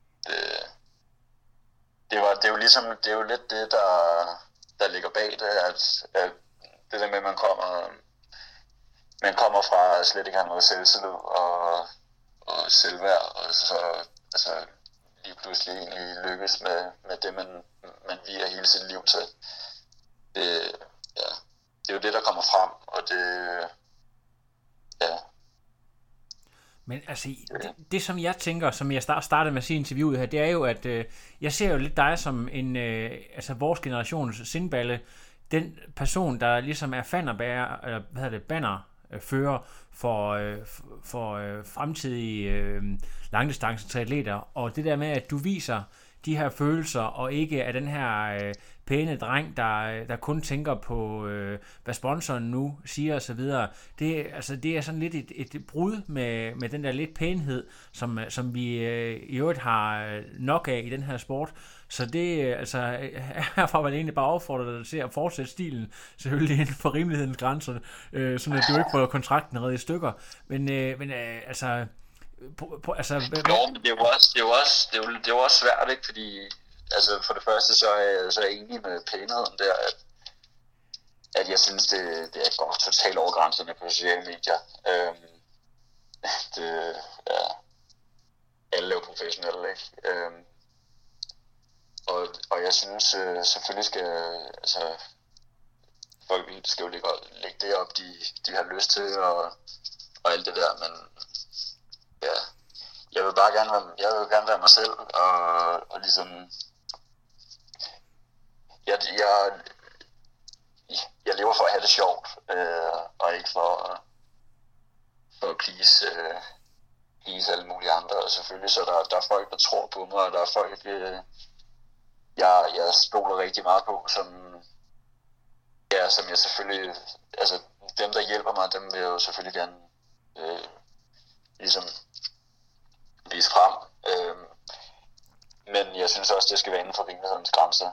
det er jo lidt det, der ligger bag det, at det der med, at man kommer fra slet ikke have noget selvtillid og selvværd, og så altså lige pludselig egentlig lykkes med det, man viger hele sit liv til. Det er jo det, der kommer frem, og Men altså, det som jeg tænker, som jeg startede med at sige i interviewet her, det er jo, at jeg ser jo lidt dig som en, vores generations sindballe, den person, der ligesom er bannerbærer, eller bannerfører for fremtidige langdistanceatleter, og det der med, at du viser de her følelser, og ikke er den her pæne dreng, der kun tænker på, hvad sponsoren nu siger og så videre. Det er sådan lidt et brud med den der lidt pænhed, som vi i øvrigt har nok af i den her sport. Så det, herfra var det egentlig bare opfordret dig til at fortsætte stilen, selvfølgelig inden for rimelighedens grænser, sådan at du ikke får kontrakten reddet i stykker. Men men det er jo også svært, ikke? Fordi altså for det første så er jeg enig med pænheden der, at jeg synes det går totalt over grænserne på sociale medier. Alle er jo professionelle, ikke? Og jeg synes selvfølgelig skal folk skal jo lægge det op, de har lyst til og alt det der, men ja, jeg vil gerne være mig selv, og ligesom jeg lever for at have det sjovt, og ikke for at please alle mulige andre, og selvfølgelig så der er folk, der tror på mig, og der er folk, jeg stoler rigtig meget på, som jeg selvfølgelig, altså dem der hjælper mig, dem vil jeg jo selvfølgelig gerne ligesom vise frem, men jeg synes også, det skal være inden for rimelighedens grænser.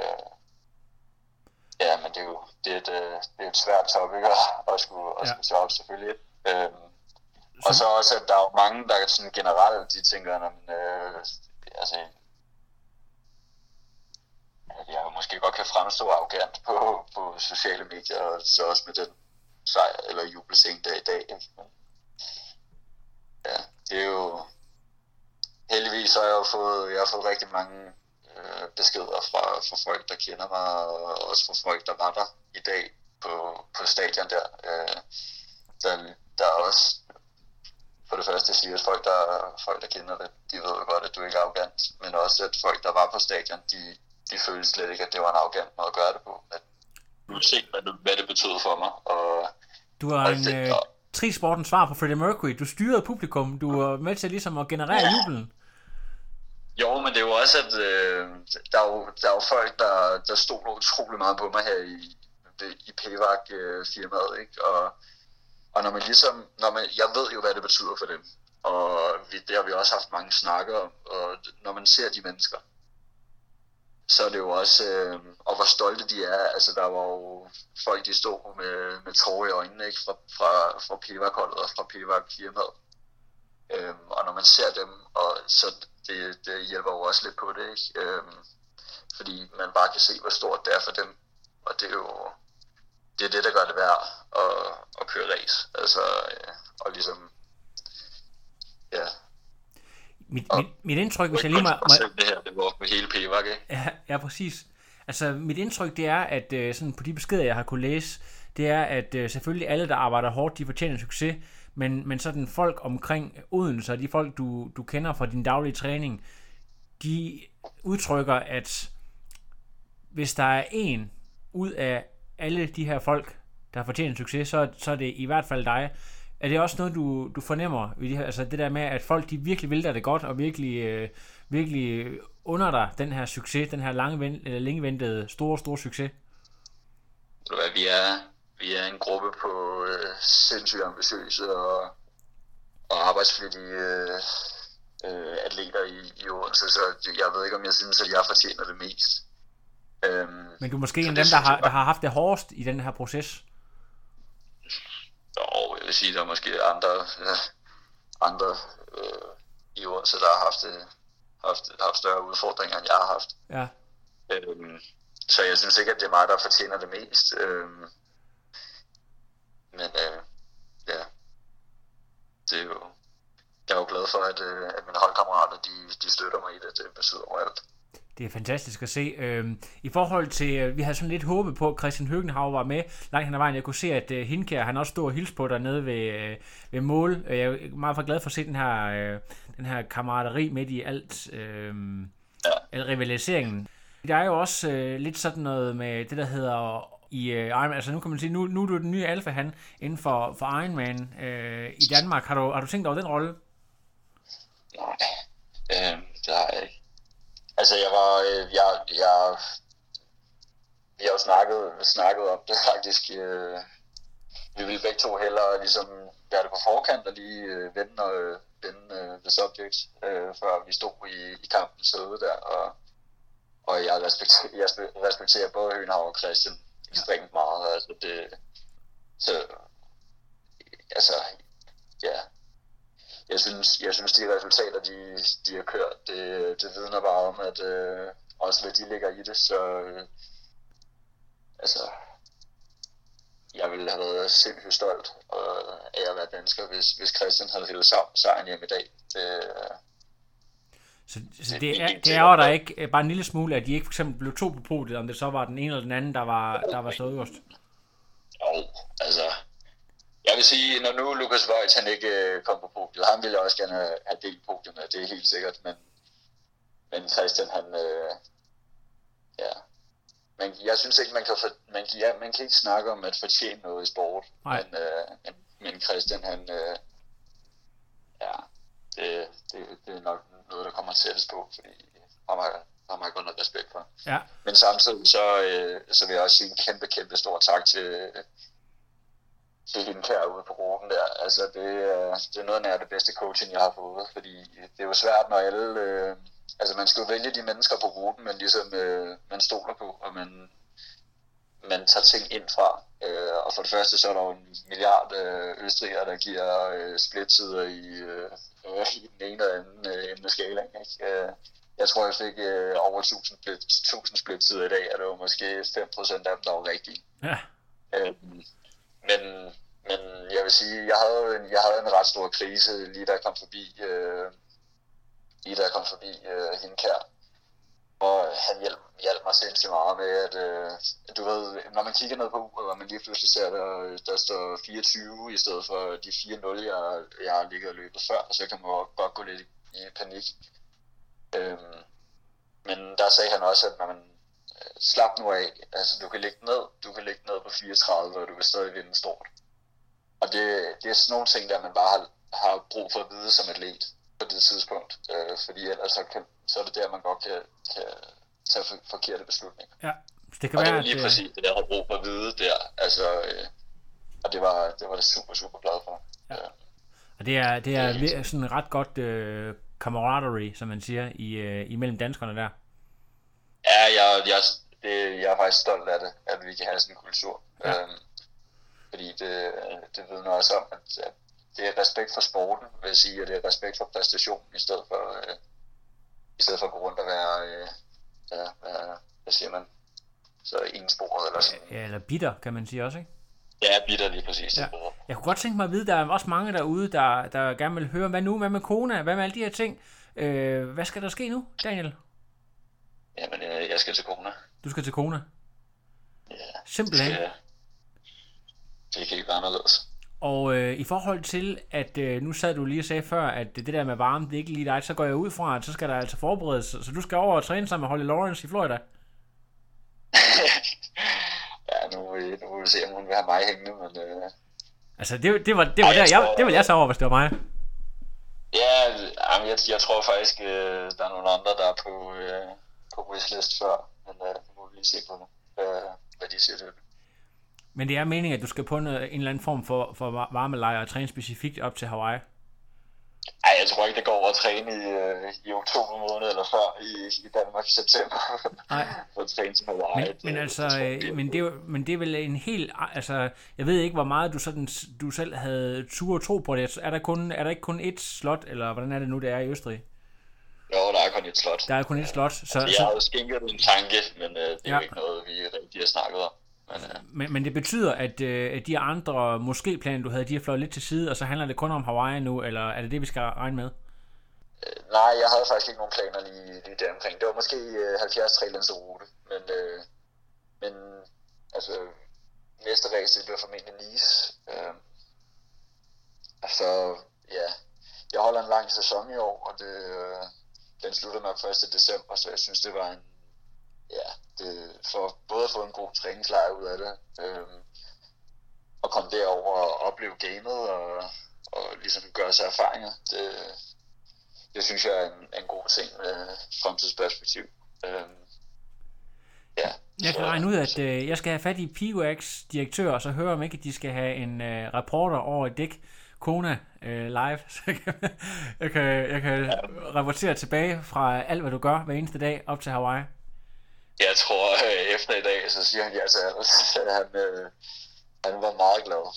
Men det er et svært topic at skulle tage op, selvfølgelig. Og så også, at der er jo mange, der sådan generelt, de tænker, at jeg måske godt kan fremstå arrogant på sociale medier, og så også med den sejr eller jubelscene der i dag. Ikke? Men, det er jo heldigvis, så har jeg har fået rigtig mange beskeder fra folk, der kender mig, og også fra folk, der var der i dag på stadion der. Der er også for det første siger, at folk, der kender det, de ved jo godt, at du ikke er arrogant, men også at folk, der var på stadion, de følte slet ikke, at det var en arrogant måde at gøre det på. At du se, hvad det betød for mig. Du har en trisportens svar på Freddie Mercury. Du styrede publikum. Du var med til ligesom at generere jubelen. Jo, men det er jo også, at der er jo folk, der stoler utrolig meget på mig her i PVAC-firmaet, ikke? Og når man ligesom, jeg ved jo, hvad det betyder for dem, og det har vi også haft mange snakker om, og når man ser de mennesker, så er det jo også, og hvor stolte de er, altså der var jo folk, de stod med tårer i øjnene, ikke? Fra PVAC-holdet og fra PVAC-firmaet, Og når man ser dem, og så det hjælper jo også lidt på det, ikke? Fordi man bare kan se, hvor stort det er for dem. Og det er jo det, der gør det værd at køre race. Altså, og ligesom, ja. Mit indtryk, hvis jeg lige må... Det her, det var med hele P-vak, ikke? Ja, præcis. Altså, mit indtryk, det er, at sådan på de beskeder, jeg har kunne læse, det er, at selvfølgelig alle, der arbejder hårdt, de fortjener succes, men sådan folk omkring Odense, og de folk, du kender fra din daglige træning, de udtrykker, at hvis der er en ud af alle de her folk, der har fortjent succes, så er det i hvert fald dig. Er det også noget, du fornemmer, altså det der med, at folk de virkelig vil dig det godt, og virkelig under dig den her succes, den her længe ventede store succes? Vi er en gruppe på sindssygt ambitiøse og arbejdsflittige atleter i Odense, så jeg ved ikke, om jeg synes, at jeg fortjener det mest. Men du er måske en af dem, der har haft det hårdest i den her proces? Og jeg vil sige, at der er måske andre i Odense, der har haft større udfordringer, end jeg har haft. Ja. Så jeg synes ikke, at det er mig, der fortjener det mest. Men ja, det er jo, jeg er jo glad for, at mine holdkammerater, de støtter mig i det. Det betyder overalt. Det er fantastisk at se. I forhold til, vi havde sådan lidt håbet på, at Christian Høgenhav var med langt hen ad vejen. Jeg kunne se, at Hindkjær, han også stod og hilste på dernede ved mål. Jeg er meget glad for at se den her kammerateri midt i alt rivaliseringen. Der er jo også lidt sådan noget med det, der hedder i Ironman. Altså nu kan man sige, nu er du den nye alfa-han inden for Ironman i Danmark. Har du tænkt over den rolle? Nej, det har jeg ikke. Altså vi har jo snakket om det faktisk. Vi ville begge to hellere ligesom være det på forkant og lige vende the subject, før vi stod i kampen så ude der. Og jeg respekterer både Høgenhav og Christian ekstremt meget. Altså, ja. Jeg synes, de resultater, de har kørt, det vidner bare om, at også hvad de ligger i det, så altså, jeg ville have været sindssygt stolt af at være dansker, hvis Christian havde hævet sejren hjem i dag. Så det er der ikke bare en lille smule, at de ikke for eksempel blev 2 på podiet, om det så var den ene eller den anden, der var stået øverst? Jo, altså... Jeg vil sige, når nu Lukas Voigt han ikke kom på podiet, han ville også gerne have delt podiet med, det er helt sikkert, men Christian han, ja, men jeg synes ikke, man kan ikke snakke om at fortjene noget i sport, men Christian han, ja, det er nok noget, der kommer tættest på, fordi ham har jeg godt noget respekt for. Ja. Men samtidig så vil jeg også sige en kæmpe stor tak til Hindkjær ude på ruten der. Altså det er noget nær det bedste coaching, jeg har fået, fordi det er jo svært, når alle... altså man skal jo vælge de mennesker på ruten, men ligesom man stoler på, og man tager ting ind fra. Og for det første, så er der jo 1 milliard østrigere, der giver splitsider i den ene og anden ende af skalaen. Jeg tror, jeg fik over 1000 splitsider i dag, og det var måske 5% af dem, der var rigtige. Ja. Men jeg vil sige, jeg havde en ret stor krise, lige da jeg kom forbi Hindkjær. Og han hjalp mig sindssygt meget med, at du ved, når man kigger ned på uret, og man lige pludselig ser, der står 24 i stedet for de 4-0, jeg har ligget og løbet før, så kan man godt gå lidt i panik. Men der sagde han også, at når man slap nu af, altså du kan ligge ned på 34, og du kan stadig vinde stort. Og det er sådan nogle ting, der man bare har brug for at vide som atlet på det tidspunkt, fordi ellers så er det der, man godt kan tage forkerte beslutninger. Ja, det kan og være, det var lige præcis det, jeg har brug for at vide der, altså, og det var det super glad for. Ja. Og det er sådan ret godt camaraderie, som man siger, imellem danskerne der. Ja, jeg er faktisk stolt af det, at vi kan have sådan en kultur. Ja. Fordi det vidner også om, det er respekt for sporten, vil jeg sige, og det er respekt for præstation, i stedet for at gå rundt og være, hvad siger man, så ensporet eller sådan. Ja, eller bitter, kan man sige også, ikke? Ja, bitter lige præcis. Ja. Jeg kunne godt tænke mig at vide, der er også mange derude, der gerne vil høre, hvad nu, hvad med Kona, hvad med alle de her ting? Hvad skal der ske nu, Daniel? Jamen, jeg skal til Kona. Du skal til Kona? Ja. Simpelthen? Det kan ikke være anderledes. Og i forhold til, at nu sad du lige og sagde før, at det der med varme, det er ikke lige dig, så går jeg ud fra, at så skal der altså forberedes, så du skal over og træne sammen med Holly Lawrence i Florida? Ja, nu må vi se, om hun vil have mig hængende, men... Altså, det var der, det ville jeg så over, hvis det var mig. Ja, jeg tror faktisk, der er nogle andre, der er på wishlist før, men nu må vi lige se på det, hvad de siger til det. Men det er meningen, at du skal på en eller anden form for varmelejr og træne specifikt op til Hawaii? Ej, jeg tror ikke, det går over at træne i oktober måned eller før i Danmark i september. Nej. For at træne til Hawaii. Men det er vel en helt... Altså, jeg ved ikke, hvor meget du selv havde tur og tro på det. Er der ikke kun ét slot, eller hvordan er det nu, det er i Østrig? Jo, der er kun ét slot. Der er kun ét slot. Jeg har jo skænket en tanke, men det er jo ikke noget, vi rigtig har snakket om. Men det betyder, at de andre måske-planer, du havde, de har fløjet lidt til side, og så handler det kun om Hawaii nu, eller er det det, vi skal regne med? Nej, jeg havde faktisk ikke nogen planer lige der omkring. Det var måske 70-3-lands rute, men altså næste race, det bliver formentlig Nice. Altså, ja, jeg holder en lang sæson i år, og den slutter nok 1. december, så jeg synes, det var for både at få en god træningslejr ud af det, og komme derover og opleve gamet og ligesom gøre sig erfaringer. Det synes jeg er en god ting med fremtidsperspektiv. Ja. Jeg kan regne ud, at jeg skal have fat i PWX direktør, og så høre om ikke, at de skal have en reporter over et dæk Kona live, så jeg kan rapportere tilbage fra alt, hvad du gør hver eneste dag op til Hawaii. Jeg tror, efter i dag, så siger han ja til alt. Han var meget glad.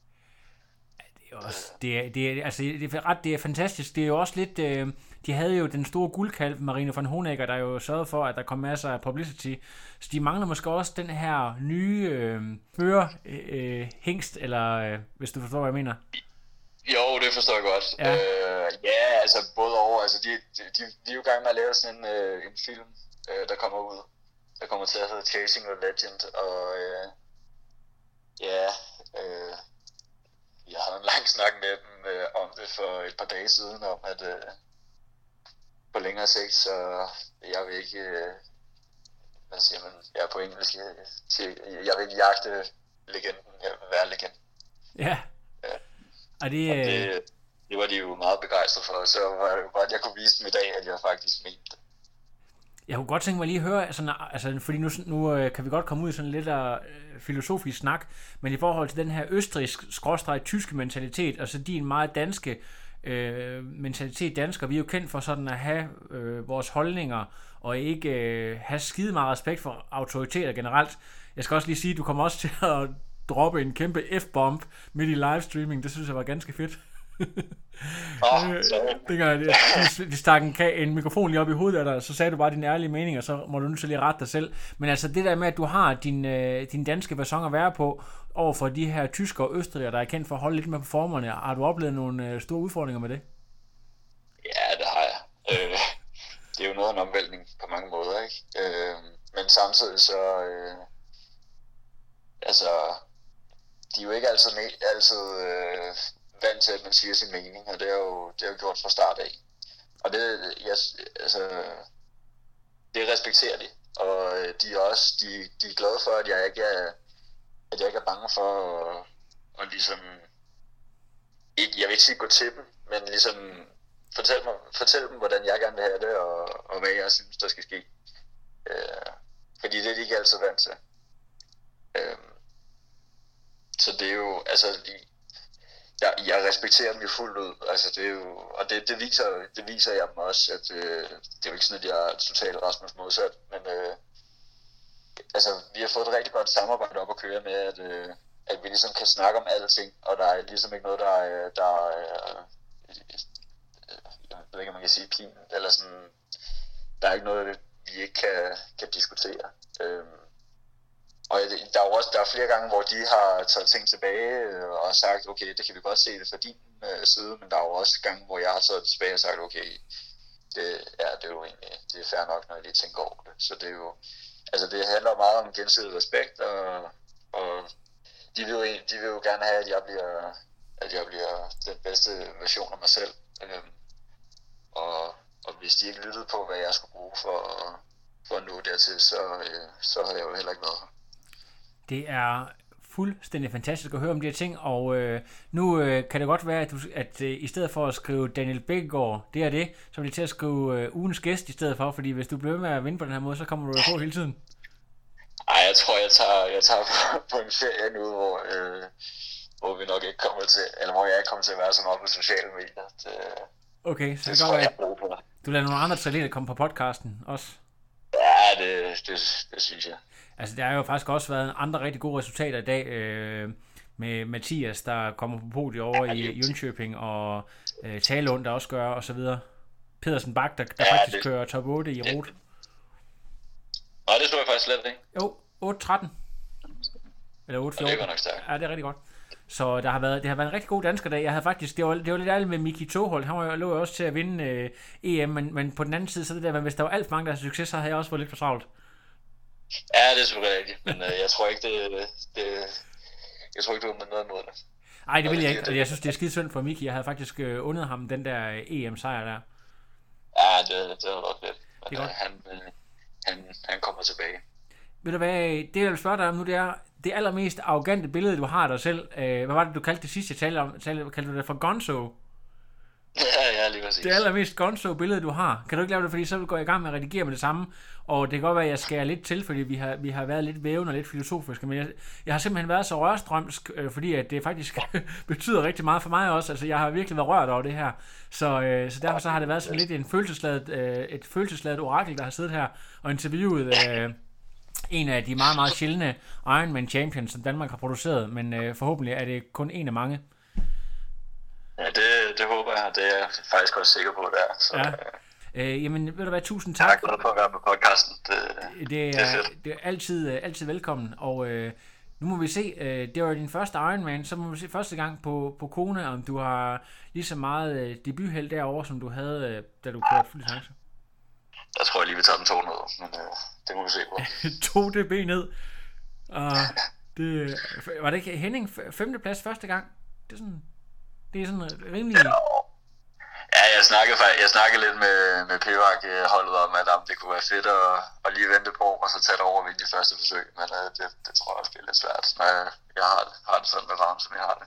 Det er fantastisk. Det er jo også lidt... de havde jo den store guldkalv, Marina von Honecker, der jo sørgede for, at der kom masser af publicity. Så de mangler måske også den her nye hængst, eller hvis du forstår, hvad jeg mener. Jo, det forstår jeg godt. Ja, altså både over. Altså, de er jo i gang med at lave sådan en film, der kommer ud. Der kommer til at hedde Chasing the Legend, og jeg havde en lang snak med dem om det for et par dage siden, om at på længere sigt, så jeg vil ikke, hvad siger man, jeg er på engelsk, jeg vil ikke jagte legenden, jeg vil være legenden. Ja. Og det var de jo meget begejstrede for, så var det jo godt, at jeg kunne vise dem i dag, at jeg faktisk mente det. Jeg kunne godt tænke mig lige at høre, altså, fordi nu kan vi godt komme ud i sådan lidt filosofisk snak, men i forhold til den her østrigsk-tyske mentalitet, og så din meget danske mentalitet dansker, vi er jo kendt for sådan at have vores holdninger, og ikke have skide meget respekt for autoriteter generelt. Jeg skal også lige sige, at du kommer også til at droppe en kæmpe F-bomb midt i livestreaming, det synes jeg var ganske fedt. Dengang de stak en mikrofon lige op i hovedet af dig, så sagde du bare din ærlige mening, og så må du nu så lige rette dig selv. Men altså det der med, at du har din danske facon at være på over for de her tyskere og østrigere, der er kendt for at holde lidt med på formerne, har du oplevet nogle store udfordringer med det? Ja, det har jeg. Det er jo noget af en omvæltning på mange måder, ikke? Men samtidig så altså de er jo ikke altid vant til, at man siger sin mening, og det er jo gjort fra start af. Og det respekterer de, og de er også de er glade for, at jeg ikke er bange for at ligesom, ikke, jeg vil ikke sige gå til dem, men ligesom fortælle dem, hvordan jeg gerne vil have det, og hvad jeg synes, der skal ske. Fordi det er de ikke altid vant til. Så det er jo, altså, jeg respekterer dem jo fuldt ud, altså det er jo, og det viser jeg dem også, at det er jo ikke sådan, at jeg er totalt Rasmus modsat, men altså, vi har fået et rigtig godt samarbejde op at køre med, at vi ligesom kan snakke om alting, og der er ligesom ikke noget, jeg ved ikke, om man kan sige pin, eller sådan, der er ikke noget, vi ikke kan diskutere. Og der er flere gange, hvor de har taget ting tilbage og har sagt, okay, det kan vi godt se det fra din side, men der er jo også gange, hvor jeg har taget det tilbage og sagt, okay, det er jo egentlig, det er fair nok, når jeg lige tænker over det. Så det er jo, altså det handler meget om gensidig respekt, og de vil jo gerne have, at jeg bliver den bedste version af mig selv. Og hvis de ikke lyttede på, hvad jeg skulle bruge for at nå dertil, så havde jeg jo heller ikke været her. Det er fuldstændig fantastisk at høre om de her ting, og nu kan det godt være, at i stedet for at skrive Daniel Bækkegaard, det, så vil de til at skrive ugens gæst i stedet for, fordi hvis du bliver med at vinde på den her måde, så kommer du på hele tiden. Ej, jeg tror, jeg tager på en ferie nu, hvor vi nok ikke kommer til, eller hvor jeg ikke kommer til at være så meget på sociale medier. Okay, så det tror jeg på. Du lader nogle andre talenter komme på podcasten også? Ja, det synes jeg. Altså, der har jo faktisk også været andre rigtig gode resultater i dag, med Mathias, der kommer på podiet over i Jönköping, og Talund, der også gør, og så videre. Pedersen Bak, der faktisk kører top 8 i rot. Nej, det tror jeg faktisk slet ikke. Jo, 8-13. Eller 8-14. Det er godt nok stærkt. Ja, det er rigtig godt. Så det har været en rigtig god dansker dag. Jeg havde faktisk, det var lidt ærligt med Miki Toholt. Han lå også til at vinde EM, men på den anden side, så det der, men hvis der var alt for mange, der havde succes, så havde jeg også fået lidt for travlt. Ja, det er selvfølgelig rigtigt, men jeg tror ikke, jeg tror ikke, du har noget mod det. Nej, det vil jeg ikke. Jeg synes, det er skide synd for Miki. Jeg havde faktisk undet ham den der EM-sejr der. Ja, det var nok lidt. Men han kommer tilbage. Ved du hvad, det jeg vil spørge dig om nu, det er det allermest arrogante billede, du har af dig selv. Hvad var det, du kaldte det sidste, jeg talte om? Kaldte du det for Gonzo? Ja, lige præcis. Det allermest Gonzo billede, du har. Kan du ikke lave det, fordi så går jeg i gang med at redigere med det samme? Og det kan godt være, at jeg skærer lidt til, fordi vi har været lidt vævende og lidt filosofiske, men jeg har simpelthen været så rørstrømsk, fordi at det faktisk betyder rigtig meget for mig også. Altså, jeg har virkelig været rørt over det her. Så derfor så har det været sådan lidt et følelsesladet orakel, der har siddet her og interviewet en af de meget, meget sjældne Ironman Champions, som Danmark har produceret, men forhåbentlig er det kun en af mange. Ja, det håber jeg, det er jeg faktisk også sikker på, det er. Så, ja. Jamen, ved du hvad, tusind tak. Jeg er glad for at være på podcasten. Det er altid velkommen, og nu må vi se, det var din første Ironman, så må vi se første gang på Kona, om du har lige så meget debutheld derovre, som du havde, da du kørte fuld chance. Der tror jeg lige, vi tager den 2 ned, men det må vi se på. 2 dB ned. Var det ikke Henning 5. plads første gang? Det er sådan rimelig... Ja, jeg snakkede lidt med Pivak-holdet om, at det kunne være fedt at lige vente på, og så tage det over ved de første forsøg, men det tror jeg også bliver lidt svært, når jeg har det sådan med varme, som jeg har det.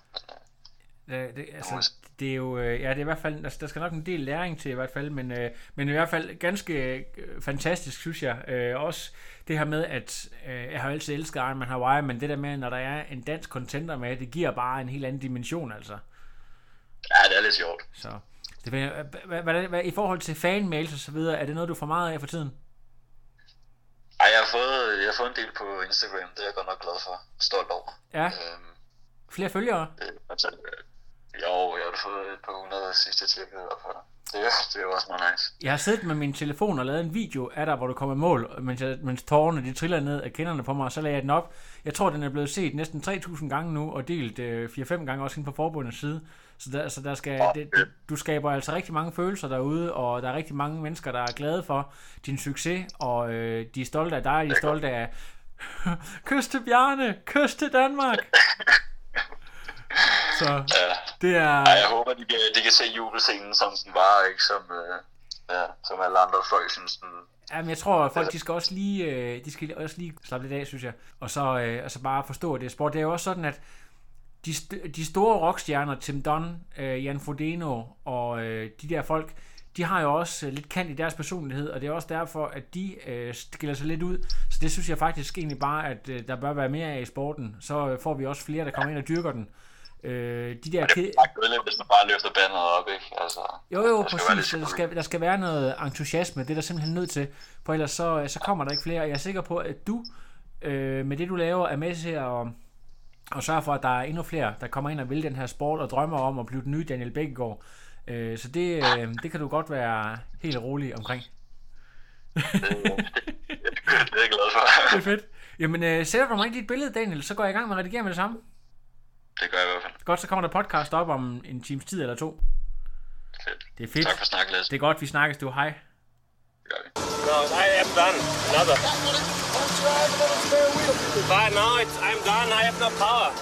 Det er jo, det er i hvert fald, der skal nok en del læring til i hvert fald, men i hvert fald ganske fantastisk, synes jeg. Også det her med, at jeg har altid elsket Ironman Hawaii, men det der med, når der er en dansk contender med, det giver bare en helt anden dimension, altså. Ja, det er lidt sjovt. Så hvad, i forhold til fanmails og så videre, er det noget, du får meget af for tiden? Ej, jeg har fået en del på Instagram, det er jeg godt nok glad for. Stolt over. Ja. Flere følgere? Jo, jeg har fået et par 100 sidste tjekket op her. Det er også meget nice. Jeg har siddet med min telefon og lavet en video af dig, hvor du kommer i mål, mens tårerne de triller ned af kinderne på mig, og så lagde jeg den op. Jeg tror, den er blevet set næsten 3.000 gange nu, og delt 4-5 gange også inde på forbundets side. Så der skal, du skaber altså rigtig mange følelser derude, og der er rigtig mange mennesker, der er glade for din succes, og de er stolte af dig, de er stolte af kys til Bjarne, kys til Danmark. Så ja. Det er... Ja, jeg håber, de kan se jubelscenen, som den var, ikke som alle andre folk synes den. Jamen, jeg tror, at folk de skal også lige slappe lidt af, synes jeg, og så bare forstå, at det er sport. Det er jo også sådan, at de store rockstjerner, Tim Dunn, Jan Frodeno og de der folk, de har jo også lidt kant i deres personlighed, og det er også derfor, at de skiller sig lidt ud. Så det synes jeg faktisk egentlig bare, at der bør være mere af i sporten. Så får vi også flere, der kommer ind og dyrker den. De der det er hvis man bare løfter bandet op, ikke? Altså, jo, præcis. Der skal være noget entusiasme, det er der simpelthen nødt til, for ellers så kommer der ikke flere. Jeg er sikker på, at du, med det du laver, er med til og sørge for, at der er endnu flere, der kommer ind og vil den her sport, og drømmer om at blive den nye Daniel Bækkegaard. Så det kan du godt være helt rolig omkring. Det er jeg glad for. Det er fedt. Jamen, sætter du mig ikke dit billede, Daniel, så går jeg i gang med at redigere med det samme. Det gør jeg i hvert fald. Godt, så kommer der podcast op om en times tid eller 2. Fedt. Det er fedt. Tak for snakken, Lasse. Det er godt, vi snakkes, du. Hej. Det gør vi. No, I am done. Another. But now I'm done. I have no power.